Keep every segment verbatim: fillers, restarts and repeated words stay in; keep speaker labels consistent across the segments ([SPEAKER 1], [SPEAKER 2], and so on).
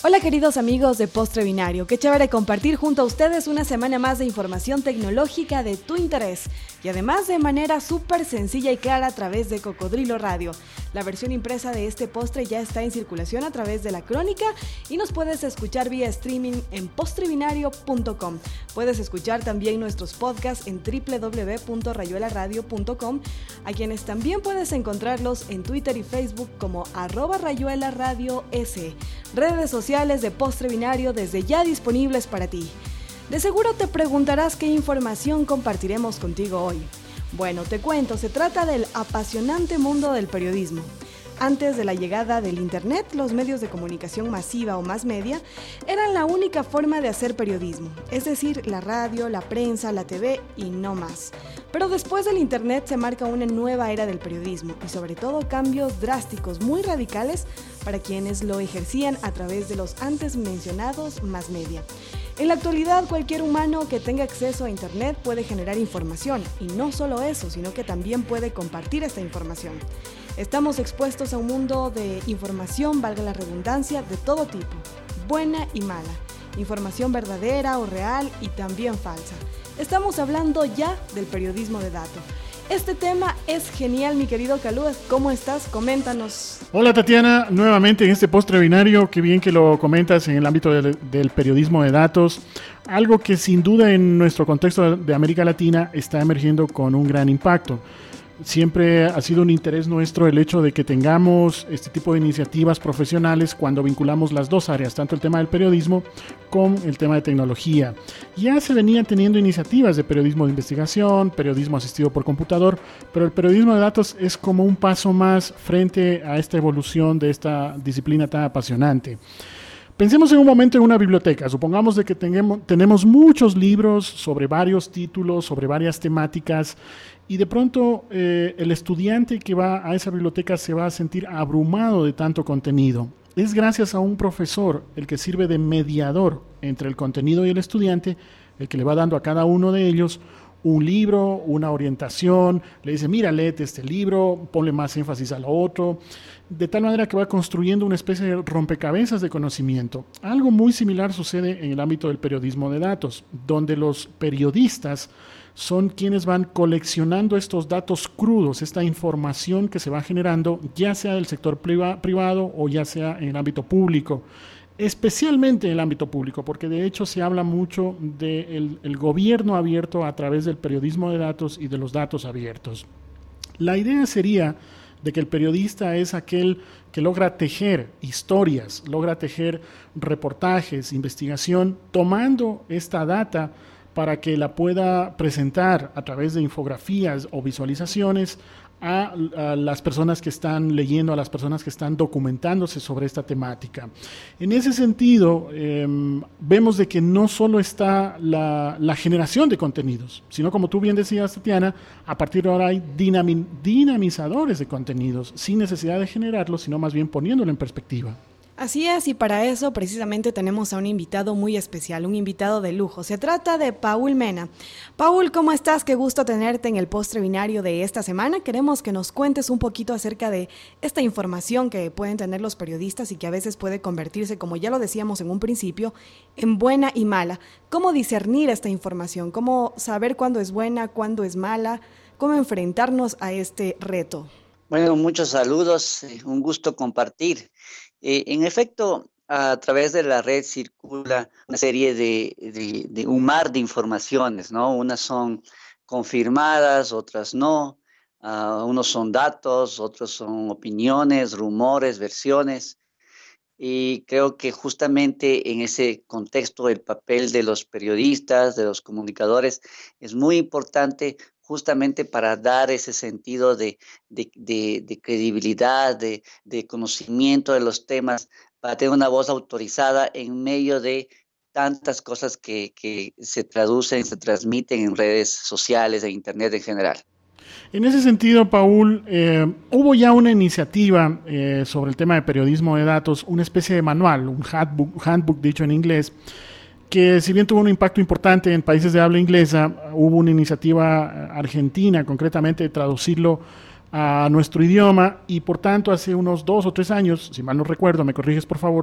[SPEAKER 1] Hola queridos amigos de Postre Binario, qué chévere compartir junto a ustedes una semana más de información tecnológica de tu interés y además de manera súper sencilla y clara a través de Cocodrilo Radio. La versión impresa de este postre ya está en circulación a través de la crónica y nos puedes escuchar vía streaming en postre binario punto com. Puedes escuchar también nuestros podcasts en doble u doble u doble u punto rayuela radio punto com, a quienes también puedes encontrarlos en Twitter y Facebook como arroba rayuela radio s. Redes sociales de Postre Binario desde ya disponibles para ti. De seguro te preguntarás qué información compartiremos contigo hoy. Bueno, te cuento, se trata del apasionante mundo del periodismo. Antes de la llegada del internet, los medios de comunicación masiva o más media eran la única forma de hacer periodismo, es decir, la radio, la prensa, la T V y no más. Pero después del internet se marca una nueva era del periodismo y sobre todo cambios drásticos muy radicales para quienes lo ejercían a través de los antes mencionados más media. En la actualidad, cualquier humano que tenga acceso a internet puede generar información y no solo eso, sino que también puede compartir esta información. Estamos expuestos a un mundo de información, valga la redundancia, de todo tipo, buena y mala, información verdadera o real y también falsa. Estamos hablando ya del periodismo de datos. Este tema es genial, mi querido Calú. ¿Cómo estás? Coméntanos.
[SPEAKER 2] Hola Tatiana, nuevamente en este postre binario, qué bien que lo comentas en el ámbito del, del periodismo de datos, algo que sin duda en nuestro contexto de América Latina está emergiendo con un gran impacto. Siempre ha sido un interés nuestro el hecho de que tengamos este tipo de iniciativas profesionales cuando vinculamos las dos áreas, tanto el tema del periodismo con el tema de tecnología. Ya se venían teniendo iniciativas de periodismo de investigación, periodismo asistido por computador, pero el periodismo de datos es como un paso más frente a esta evolución de esta disciplina tan apasionante. Pensemos en un momento en una biblioteca. Supongamos de que tengamos, tenemos muchos libros sobre varios títulos, sobre varias temáticas, y de pronto eh, el estudiante que va a esa biblioteca se va a sentir abrumado de tanto contenido. Es gracias a un profesor, el que sirve de mediador entre el contenido y el estudiante, el que le va dando a cada uno de ellos un libro, una orientación, le dice, mira, léete este libro, ponle más énfasis a lo otro, de tal manera que va construyendo una especie de rompecabezas de conocimiento. Algo muy similar sucede en el ámbito del periodismo de datos, donde los periodistas son quienes van coleccionando estos datos crudos, esta información que se va generando, ya sea del sector priva- privado o ya sea en el ámbito público. Especialmente en el ámbito público, porque de hecho se habla mucho del el gobierno abierto a través del periodismo de datos y de los datos abiertos. La idea sería de que el periodista es aquel que logra tejer historias, logra tejer reportajes, investigación, tomando esta data para que la pueda presentar a través de infografías o visualizaciones a, a las personas que están leyendo, a las personas que están documentándose sobre esta temática. En ese sentido, eh, vemos de que no solo está la, la generación de contenidos, sino como tú bien decías, Tatiana, a partir de ahora hay dinami- dinamizadores de contenidos, sin necesidad de generarlos, sino más bien poniéndolo en perspectiva.
[SPEAKER 1] Así es, y para eso precisamente tenemos a un invitado muy especial, un invitado de lujo. Se trata de Paul Mena. Paul, ¿cómo estás? Qué gusto tenerte en el postre binario de esta semana. Queremos que nos cuentes un poquito acerca de esta información que pueden tener los periodistas y que a veces puede convertirse, como ya lo decíamos en un principio, en buena y mala. ¿Cómo discernir esta información? ¿Cómo saber cuándo es buena, cuándo es mala? ¿Cómo enfrentarnos a este reto?
[SPEAKER 3] Bueno, muchos saludos, un gusto compartir. Eh, en efecto, a través de la red circula una serie de, de, de un mar de informaciones, ¿no? Unas son confirmadas, otras no. Uh, unos son datos, otros son opiniones, rumores, versiones. Y creo que justamente en ese contexto el papel de los periodistas, de los comunicadores, es muy importante justamente para dar ese sentido de, de, de, de credibilidad, de, de conocimiento de los temas, para tener una voz autorizada en medio de tantas cosas que, que se traducen, se transmiten en redes sociales e internet en general.
[SPEAKER 2] En ese sentido, Paul, eh, hubo ya una iniciativa eh, sobre el tema de periodismo de datos, una especie de manual, un handbook, handbook dicho en inglés, que si bien tuvo un impacto importante en países de habla inglesa, hubo una iniciativa argentina, concretamente, de traducirlo a nuestro idioma y por tanto hace unos dos o tres años, si mal no recuerdo, me corriges por favor,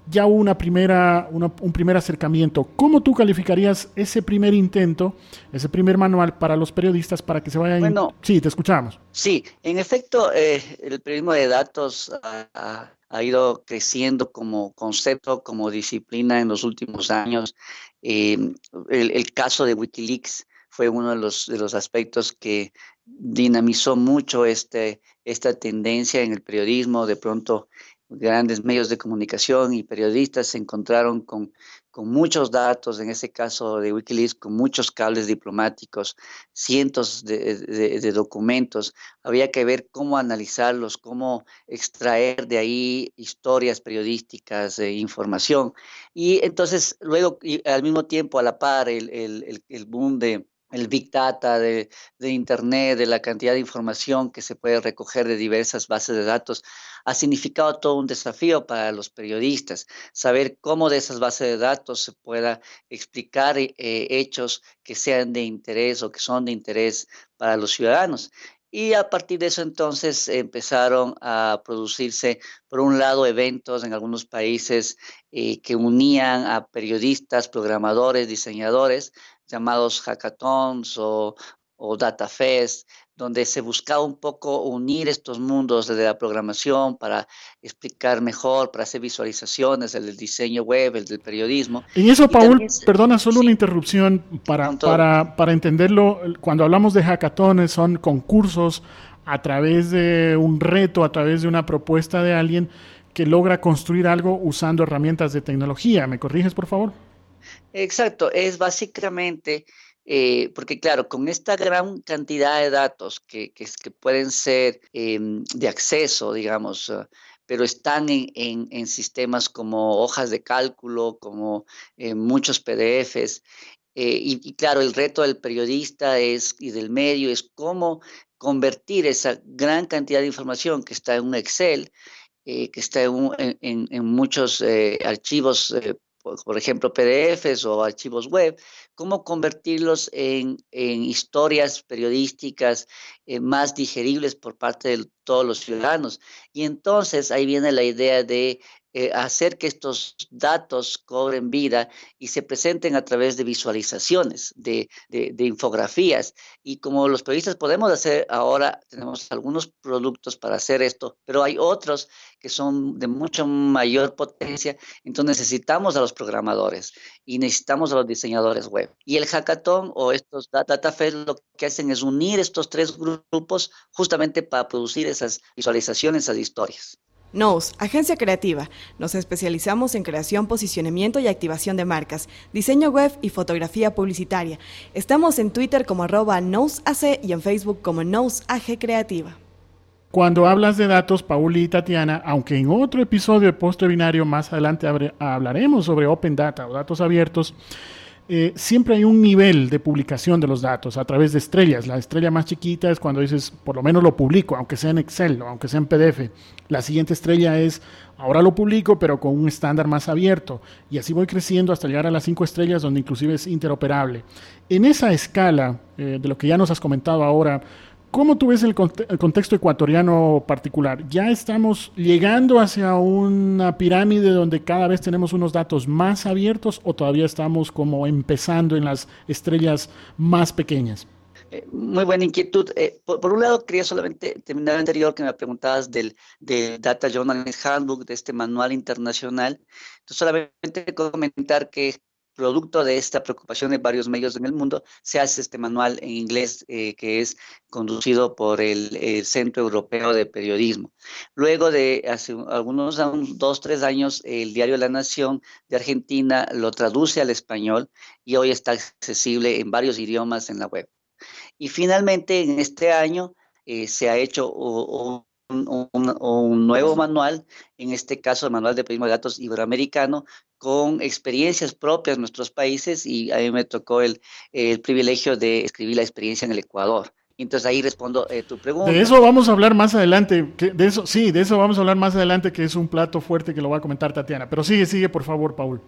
[SPEAKER 2] ya hubo una primera, una, un primer acercamiento. ¿Cómo tú calificarías ese primer intento, ese primer manual para los periodistas para que se vayan?
[SPEAKER 3] Bueno,
[SPEAKER 2] sí, te escuchamos.
[SPEAKER 3] Sí, en efecto, eh, el periodismo de datos ha, ha ido creciendo como concepto, como disciplina en los últimos años. Eh, el, el caso de Wikileaks fue uno de los, de los aspectos que dinamizó mucho este, esta tendencia en el periodismo. De pronto, grandes medios de comunicación y periodistas se encontraron con, con muchos datos, en ese caso de Wikileaks, con muchos cables diplomáticos, cientos de, de, de documentos. Había que ver cómo analizarlos, cómo extraer de ahí historias periodísticas, eh, información. Y entonces, luego, y al mismo tiempo, a la par, el, el, el, el boom de el Big Data, de, de Internet, de la cantidad de información que se puede recoger de diversas bases de datos, ha significado todo un desafío para los periodistas, saber cómo de esas bases de datos se pueda explicar eh, hechos que sean de interés o que son de interés para los ciudadanos. Y a partir de eso entonces empezaron a producirse, por un lado, eventos en algunos países eh, que unían a periodistas, programadores, diseñadores, llamados hackathons o, o data fest, donde se buscaba un poco unir estos mundos de la programación para explicar mejor, para hacer visualizaciones, el del diseño web, el del periodismo.
[SPEAKER 2] En eso,
[SPEAKER 3] Y
[SPEAKER 2] Paul,
[SPEAKER 3] también,
[SPEAKER 2] perdona, solo
[SPEAKER 3] sí,
[SPEAKER 2] una interrupción para,
[SPEAKER 3] con todo.
[SPEAKER 2] para, para entenderlo. Cuando hablamos de hackatones, son concursos a través de un reto, a través de una propuesta de alguien que logra construir algo usando herramientas de tecnología. ¿Me corriges, por favor?
[SPEAKER 3] Exacto, es básicamente, eh, porque claro, con esta gran cantidad de datos que, que, que pueden ser eh, de acceso, digamos, uh, pero están en, en, en sistemas como hojas de cálculo, como eh, muchos P D Efes, eh, y, y claro, el reto del periodista es, y del medio es cómo convertir esa gran cantidad de información que está en un Excel, eh, que está en, en, en, en muchos eh, archivos, eh, por, por ejemplo, P D Efes o archivos web, cómo convertirlos en, en historias periodísticas eh, más digeribles por parte de todos los ciudadanos. Y entonces ahí viene la idea de eh, hacer que estos datos cobren vida y se presenten a través de visualizaciones, de, de, de infografías. Y como los periodistas podemos hacer ahora, tenemos algunos productos para hacer esto, pero hay otros que son de mucho mayor potencia, entonces necesitamos a los programadores y necesitamos a los diseñadores web. Y el hackathon o estos Data Fest lo que hacen es unir estos tres grupos justamente para producir esas visualizaciones, esas historias.
[SPEAKER 1] Nous, agencia creativa. Nos especializamos en creación, posicionamiento y activación de marcas, diseño web y fotografía publicitaria. Estamos en Twitter como arroba NousAC y en Facebook como NousAG Creativa.
[SPEAKER 2] Cuando hablas de datos, Paul y Tatiana, aunque en otro episodio de Postre Binario más adelante hablaremos sobre Open Data o datos abiertos, Eh, siempre hay un nivel de publicación de los datos a través de estrellas. La estrella más chiquita es cuando dices, por lo menos lo publico, aunque sea en Excel o aunque sea en P D F. La siguiente estrella es, ahora lo publico, pero con un estándar más abierto. Y así voy creciendo hasta llegar a las cinco estrellas, donde inclusive es interoperable. En esa escala, eh, de lo que ya nos has comentado ahora, ¿cómo tú ves el, cont- el contexto ecuatoriano particular? ¿Ya estamos llegando hacia una pirámide donde cada vez tenemos unos datos más abiertos o todavía estamos como empezando en las estrellas más pequeñas?
[SPEAKER 3] Eh, muy buena inquietud. Eh, por, por un lado, quería solamente terminar el anterior que me preguntabas del, del Data Journalist Handbook, de este manual internacional. Entonces, solamente comentar que producto de esta preocupación de varios medios en el mundo, se hace este manual en inglés eh, que es conducido por el, el Centro Europeo de Periodismo. Luego de hace algunos dos, tres años, el diario La Nación de Argentina lo traduce al español y hoy está accesible en varios idiomas en la web. Y finalmente, en este año, eh, se ha hecho un, un, un, un nuevo manual, en este caso el Manual de Periodismo de Datos Iberoamericano, con experiencias propias de nuestros países, y a mí me tocó el, el privilegio de escribir la experiencia en el Ecuador. Entonces ahí respondo eh, tu pregunta.
[SPEAKER 2] De eso vamos a hablar más adelante, que de eso, sí, de eso vamos a hablar más adelante, que es un plato fuerte que lo va a comentar Tatiana. Pero sigue, sigue, por favor, Paul.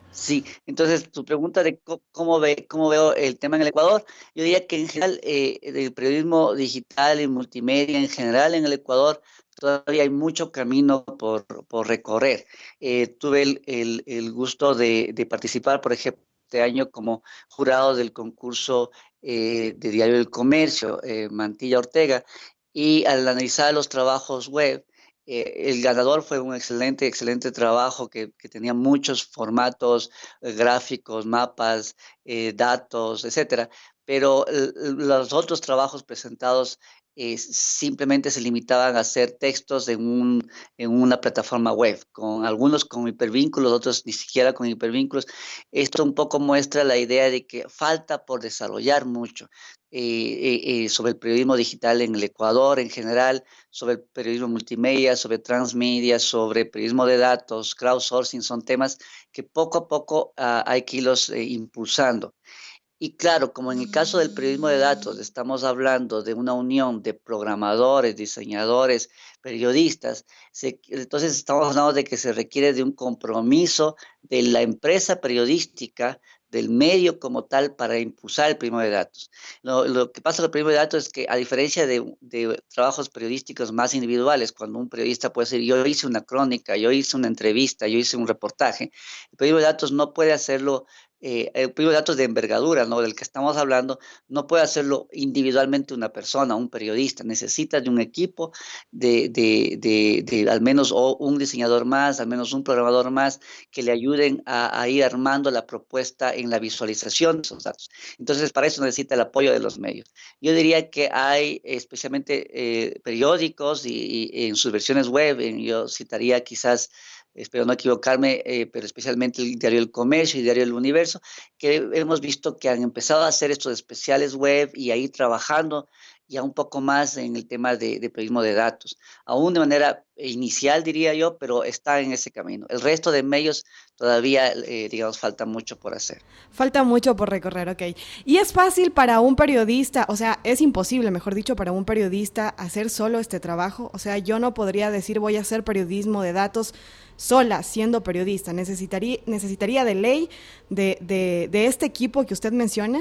[SPEAKER 3] Sí, entonces tu pregunta de co- cómo ve, cómo veo el tema en el Ecuador, yo diría que en general eh, el periodismo digital y multimedia en general en el Ecuador todavía hay mucho camino por, por recorrer. Eh, tuve el, el- el gusto de, de participar, por ejemplo, este año como jurado del concurso eh, de Diario del Comercio, eh, Mantilla Ortega, y al analizar los trabajos web, eh, el ganador fue un excelente, excelente trabajo que, que tenía muchos formatos eh, gráficos, mapas, eh, datos, etcétera. Pero eh, los otros trabajos presentados eh, simplemente se limitaban a hacer textos en, un, en una plataforma web, con algunos con hipervínculos, otros ni siquiera con hipervínculos. Esto un poco muestra la idea de que falta por desarrollar mucho. Eh, eh, eh, sobre el periodismo digital en el Ecuador en general, sobre el periodismo multimedia, sobre transmedia, sobre periodismo de datos, crowdsourcing, son temas que poco a poco uh, hay que irlos eh, impulsando. Y claro, como en el caso del periodismo de datos, estamos hablando de una unión de programadores, diseñadores, periodistas, se, entonces estamos hablando de que se requiere de un compromiso de la empresa periodística, del medio como tal, para impulsar el periodismo de datos. Lo, lo que pasa con el periodismo de datos es que, a diferencia de, de trabajos periodísticos más individuales, cuando un periodista puede decir, yo hice una crónica, yo hice una entrevista, yo hice un reportaje, el periodismo de datos no puede hacerlo. Eh, el periodismo de datos de envergadura, ¿no?, del que estamos hablando, no puede hacerlo individualmente una persona, un periodista. Necesita de un equipo de, de, de, de al menos o un diseñador más, al menos un programador más, que le ayuden a, a ir armando la propuesta en la visualización de esos datos. Entonces, para eso necesita el apoyo de los medios. Yo diría que hay especialmente eh, periódicos y, y en sus versiones web, en, yo citaría quizás, espero no equivocarme, eh, pero especialmente el Diario del Comercio y el Diario del Universo, que hemos visto que han empezado a hacer estos especiales web y a ir trabajando ya un poco más en el tema de, de periodismo de datos, aún de manera inicial diría yo, pero está en ese camino. El resto de medios todavía, eh, digamos, falta mucho por hacer.
[SPEAKER 1] Falta mucho por recorrer, ok. Y es fácil para un periodista, o sea, es imposible, mejor dicho, para un periodista hacer solo este trabajo. O sea, yo no podría decir voy a hacer periodismo de datos sola, siendo periodista. Necesitaría, necesitaría de ley de, de, de este equipo que usted menciona.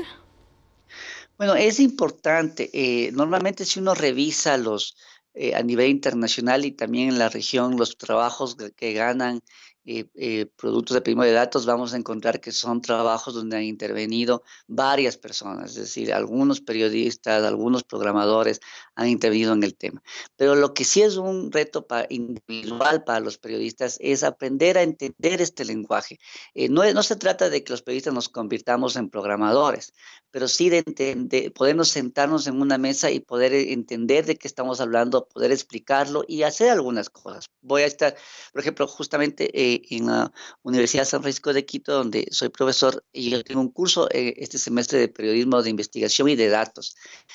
[SPEAKER 3] Bueno, es importante. Eh, normalmente si uno revisa los eh, a nivel internacional y también en la región, los trabajos que, que ganan eh, eh, productos de periodismo de datos, vamos a encontrar que son trabajos donde han intervenido varias personas, es decir, algunos periodistas, algunos programadores han intervenido en el tema. Pero lo que sí es un reto para, individual para los periodistas es aprender a entender este lenguaje. Eh, no, no se trata de que los periodistas nos convirtamos en programadores, pero sí de, entender, podernos sentarnos en una mesa y poder entender de qué estamos hablando, poder explicarlo y hacer algunas cosas. Voy a estar, por ejemplo, justamente eh, en la Universidad San Francisco de Quito, donde soy profesor, y yo tengo un curso eh, este semestre de periodismo de investigación y de datos.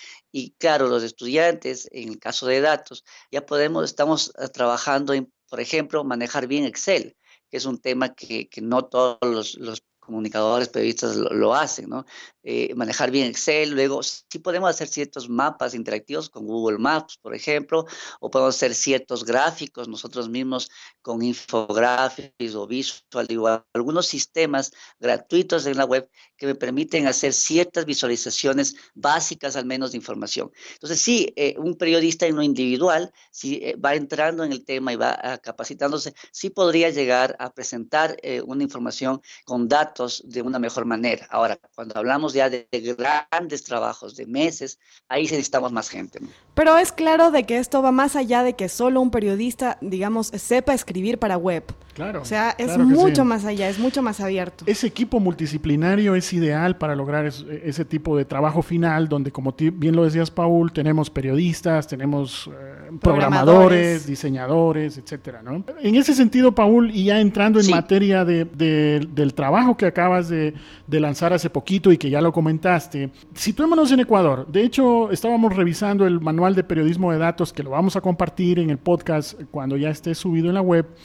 [SPEAKER 3] Y claro, los estudiantes, en el caso de datos, ya podemos, estamos uh, trabajando en, por ejemplo, manejar bien Excel, que es un tema que, que no todos los, los comunicadores, periodistas lo, lo hacen, ¿no? Eh, manejar bien Excel, luego sí podemos hacer ciertos mapas interactivos con Google Maps, por ejemplo, o podemos hacer ciertos gráficos nosotros mismos con infográficos o visual, digo, algunos sistemas gratuitos en la web que me permiten hacer ciertas visualizaciones básicas al menos de información. Entonces sí, eh, un periodista en lo individual, si eh, va entrando en el tema y va uh, capacitándose, sí podría llegar a presentar eh, una información con datos de una mejor manera. Ahora, cuando hablamos ya de, de grandes trabajos, de meses, ahí sí necesitamos más gente, ¿no?
[SPEAKER 1] Pero es claro de que esto va más allá de que solo un periodista, digamos, sepa escribir para web.
[SPEAKER 2] Claro.
[SPEAKER 1] O sea, es
[SPEAKER 2] claro
[SPEAKER 1] mucho
[SPEAKER 2] sí.
[SPEAKER 1] más allá, es mucho más abierto.
[SPEAKER 2] Ese equipo multidisciplinario es ideal para lograr es, ese tipo de trabajo final, donde, como bien lo decías, Paul, tenemos periodistas, tenemos eh, programadores, programadores, diseñadores, etcétera, ¿no? En ese sentido, Paul, y ya entrando en sí. materia de, de, del trabajo que acabas de, de lanzar hace poquito y que ya lo comentaste, situémonos en Ecuador. De hecho, estábamos revisando el manual de periodismo de datos, que lo vamos a compartir en el podcast cuando ya esté subido en la web,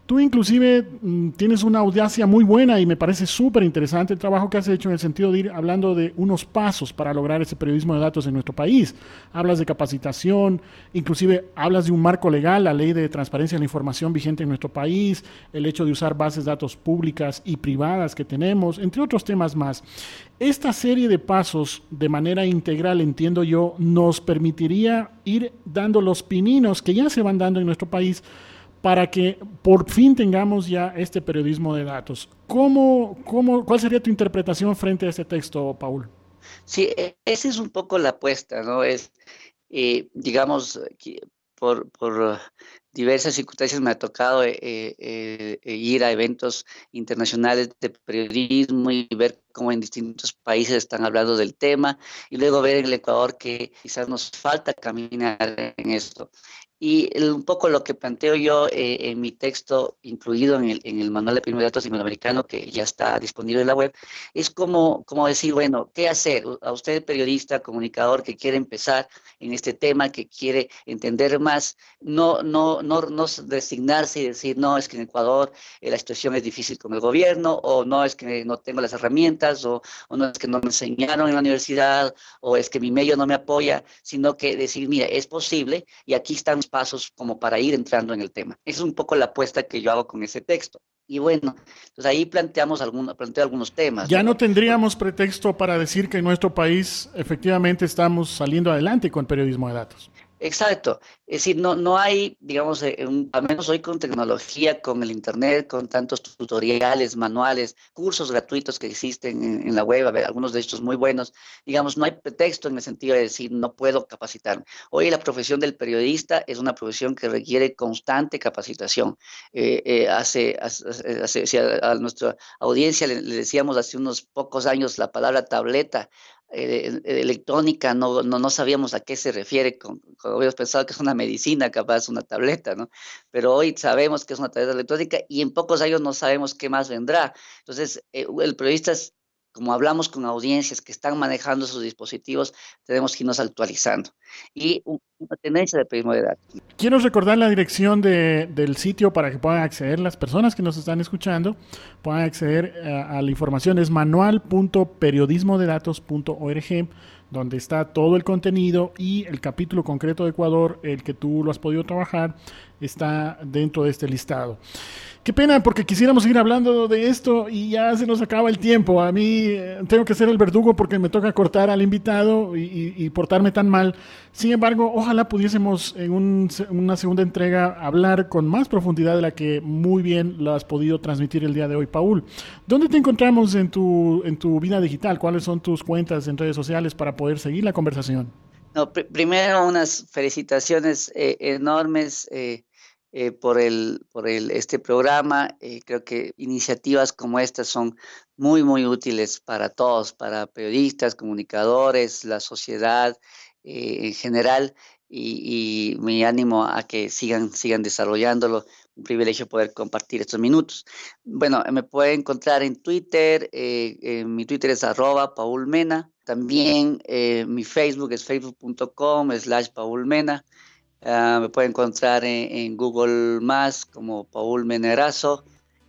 [SPEAKER 2] Tú inclusive mm, tienes una audacia muy buena y me parece súper interesante el trabajo que has hecho en el sentido de ir hablando de unos pasos para lograr ese periodismo de datos en nuestro país. Hablas de capacitación, inclusive hablas de un marco legal, la ley de transparencia de la información vigente en nuestro país, el hecho de usar bases de datos públicas y privadas que tenemos, entre otros temas más. Esta serie de pasos, de manera integral, entiendo yo, nos permitiría ir dando los pininos que ya se van dando en nuestro país para que por fin tengamos ya este periodismo de datos. ¿Cómo, cómo, ¿Cuál sería tu interpretación frente a este texto, Paul?
[SPEAKER 3] Sí, esa es un poco la apuesta, ¿no? Es, eh, digamos, por, por diversas circunstancias me ha tocado eh, eh, ir a eventos internacionales de periodismo y ver cómo en distintos países están hablando del tema, y luego ver en el Ecuador que quizás nos falta caminar en esto. Y el, un poco lo que planteo yo eh, en mi texto, incluido en el, en el Manual de Periodismo de Datos Iberoamericano, que ya está disponible en la web, es como, como decir, bueno, ¿qué hacer? A usted, periodista, comunicador, que quiere empezar en este tema, que quiere entender más, no, no, no, no resignarse y decir, no, es que en Ecuador eh, la situación es difícil con el gobierno, o no, es que no tengo las herramientas, o, o no, es que no me enseñaron en la universidad, o es que mi medio no me apoya, sino que decir, mira, es posible, y aquí están pasos como para ir entrando en el tema. Esa es un poco la apuesta que yo hago con ese texto. Y bueno, pues ahí planteamos algunos, planteo algunos temas.
[SPEAKER 2] Ya no, no tendríamos pretexto para decir que en nuestro país efectivamente estamos saliendo adelante con periodismo de datos.
[SPEAKER 3] Exacto, es decir, no, no hay, digamos, eh, un, al menos hoy con tecnología, con el internet, con tantos tutoriales, manuales, cursos gratuitos que existen en, en la web, a ver, algunos de estos muy buenos, digamos, no hay pretexto en el sentido de decir no puedo capacitarme. Hoy la profesión del periodista es una profesión que requiere constante capacitación. Eh, eh, hace, hace, hace, hace a, a nuestra audiencia le, le decíamos hace unos pocos años la palabra tableta, Eh, electrónica, no, no, no sabíamos a qué se refiere, con, con, habíamos pensado que es una medicina, capaz una tableta, ¿no? Pero hoy sabemos que es una tableta electrónica y en pocos años no sabemos qué más vendrá. Entonces, eh, el periodista, es, como hablamos con audiencias que están manejando sus dispositivos, tenemos que irnos actualizando. Y una tendencia de periodismo de datos.
[SPEAKER 2] Quiero recordar la dirección de, del sitio para que puedan acceder las personas que nos están escuchando, puedan acceder a, a la información, es manual punto periodismo de datos punto org, donde está todo el contenido y el capítulo concreto de Ecuador, el que tú lo has podido trabajar, está dentro de este listado. Qué pena, porque quisiéramos seguir hablando de esto y ya se nos acaba el tiempo. A mí eh, tengo que ser el verdugo porque me toca cortar al invitado y, y, y portarme tan mal. Sin embargo, ojalá pudiésemos en un, una segunda entrega hablar con más profundidad de la que muy bien lo has podido transmitir el día de hoy, Paul. ¿Dónde te encontramos en tu, en tu vida digital? ¿Cuáles son tus cuentas en redes sociales para poder seguir la conversación?
[SPEAKER 3] No, pr- primero unas felicitaciones eh, enormes eh, eh, por el por el este programa. Eh, creo que iniciativas como estas son muy muy útiles para todos, para periodistas, comunicadores, la sociedad eh, en general, y, y mi ánimo a que sigan sigan desarrollándolo. Un privilegio poder compartir estos minutos. Bueno, me pueden encontrar en Twitter, eh, eh, mi Twitter es arroba Paul Mena. También eh, mi Facebook es facebook punto com slash Paul Mena. Uh, me pueden encontrar en, en Google Más como Paul Menerazo,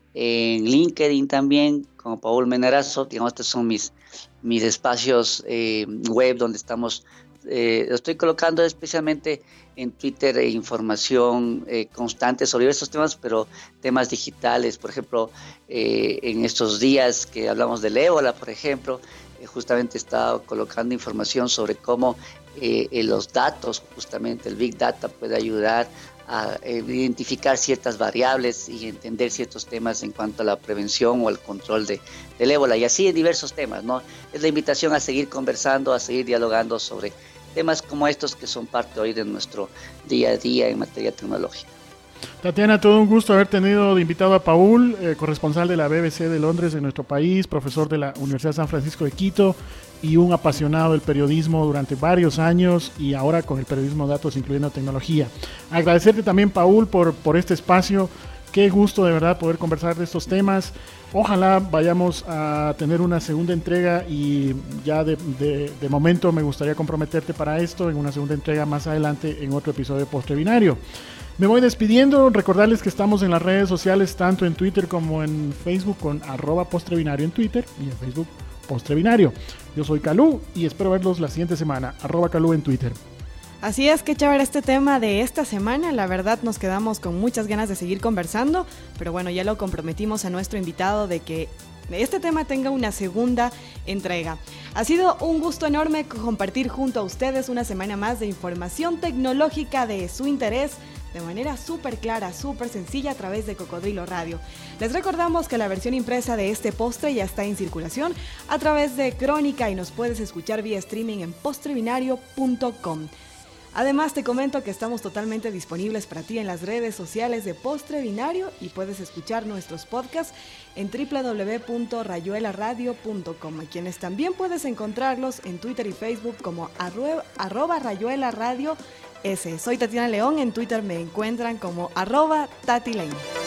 [SPEAKER 3] en LinkedIn también como Paul Menerazo. Digamos, estos son mis, mis espacios eh, web donde estamos. Eh, lo estoy colocando especialmente en Twitter e información eh, constante sobre estos temas, pero temas digitales. Por ejemplo, eh, en estos días que hablamos del ébola, por ejemplo, eh, justamente he estado colocando información sobre cómo eh, eh, los datos, justamente el Big Data, puede ayudar a eh, identificar ciertas variables y entender ciertos temas en cuanto a la prevención o al control de, del ébola, y así en diversos temas, ¿no? Es la invitación a seguir conversando, a seguir dialogando sobre temas como estos que son parte hoy de nuestro día a día en materia tecnológica.
[SPEAKER 2] Tatiana, todo un gusto haber tenido de invitado a Paul, eh, corresponsal de la B B C de Londres en nuestro país, profesor de la Universidad de San Francisco de Quito y un apasionado del periodismo durante varios años y ahora con el periodismo de datos incluyendo tecnología. Agradecerte también, Paul, por, por este espacio Qué gusto de verdad poder conversar de estos temas. Ojalá vayamos a tener una segunda entrega y ya de, de, de momento me gustaría comprometerte para esto en una segunda entrega más adelante en otro episodio de Postre Binario. Me voy despidiendo, recordarles que estamos en las redes sociales tanto en Twitter como en Facebook con arroba postrebinario en Twitter y en Facebook Postre Binario. Yo soy Calú y espero verlos la siguiente semana, arroba Calú en Twitter.
[SPEAKER 1] Así es, qué chévere este tema de esta semana, la verdad nos quedamos con muchas ganas de seguir conversando, pero bueno, ya lo comprometimos a nuestro invitado de que este tema tenga una segunda entrega. Ha sido un gusto enorme compartir junto a ustedes una semana más de información tecnológica de su interés, de manera súper clara, súper sencilla a través de Cocodrilo Radio. Les recordamos que la versión impresa de este postre ya está en circulación a través de Crónica y nos puedes escuchar vía streaming en postrebinario punto com. Además te comento que estamos totalmente disponibles para ti en las redes sociales de Postre Binario y puedes escuchar nuestros podcasts en doble u doble u doble u punto rayuela radio punto com, a quienes también puedes encontrarlos en Twitter y Facebook como arroba, arroba rayuela radio S. Soy Tatiana León, en Twitter me encuentran como arroba Tati Lane.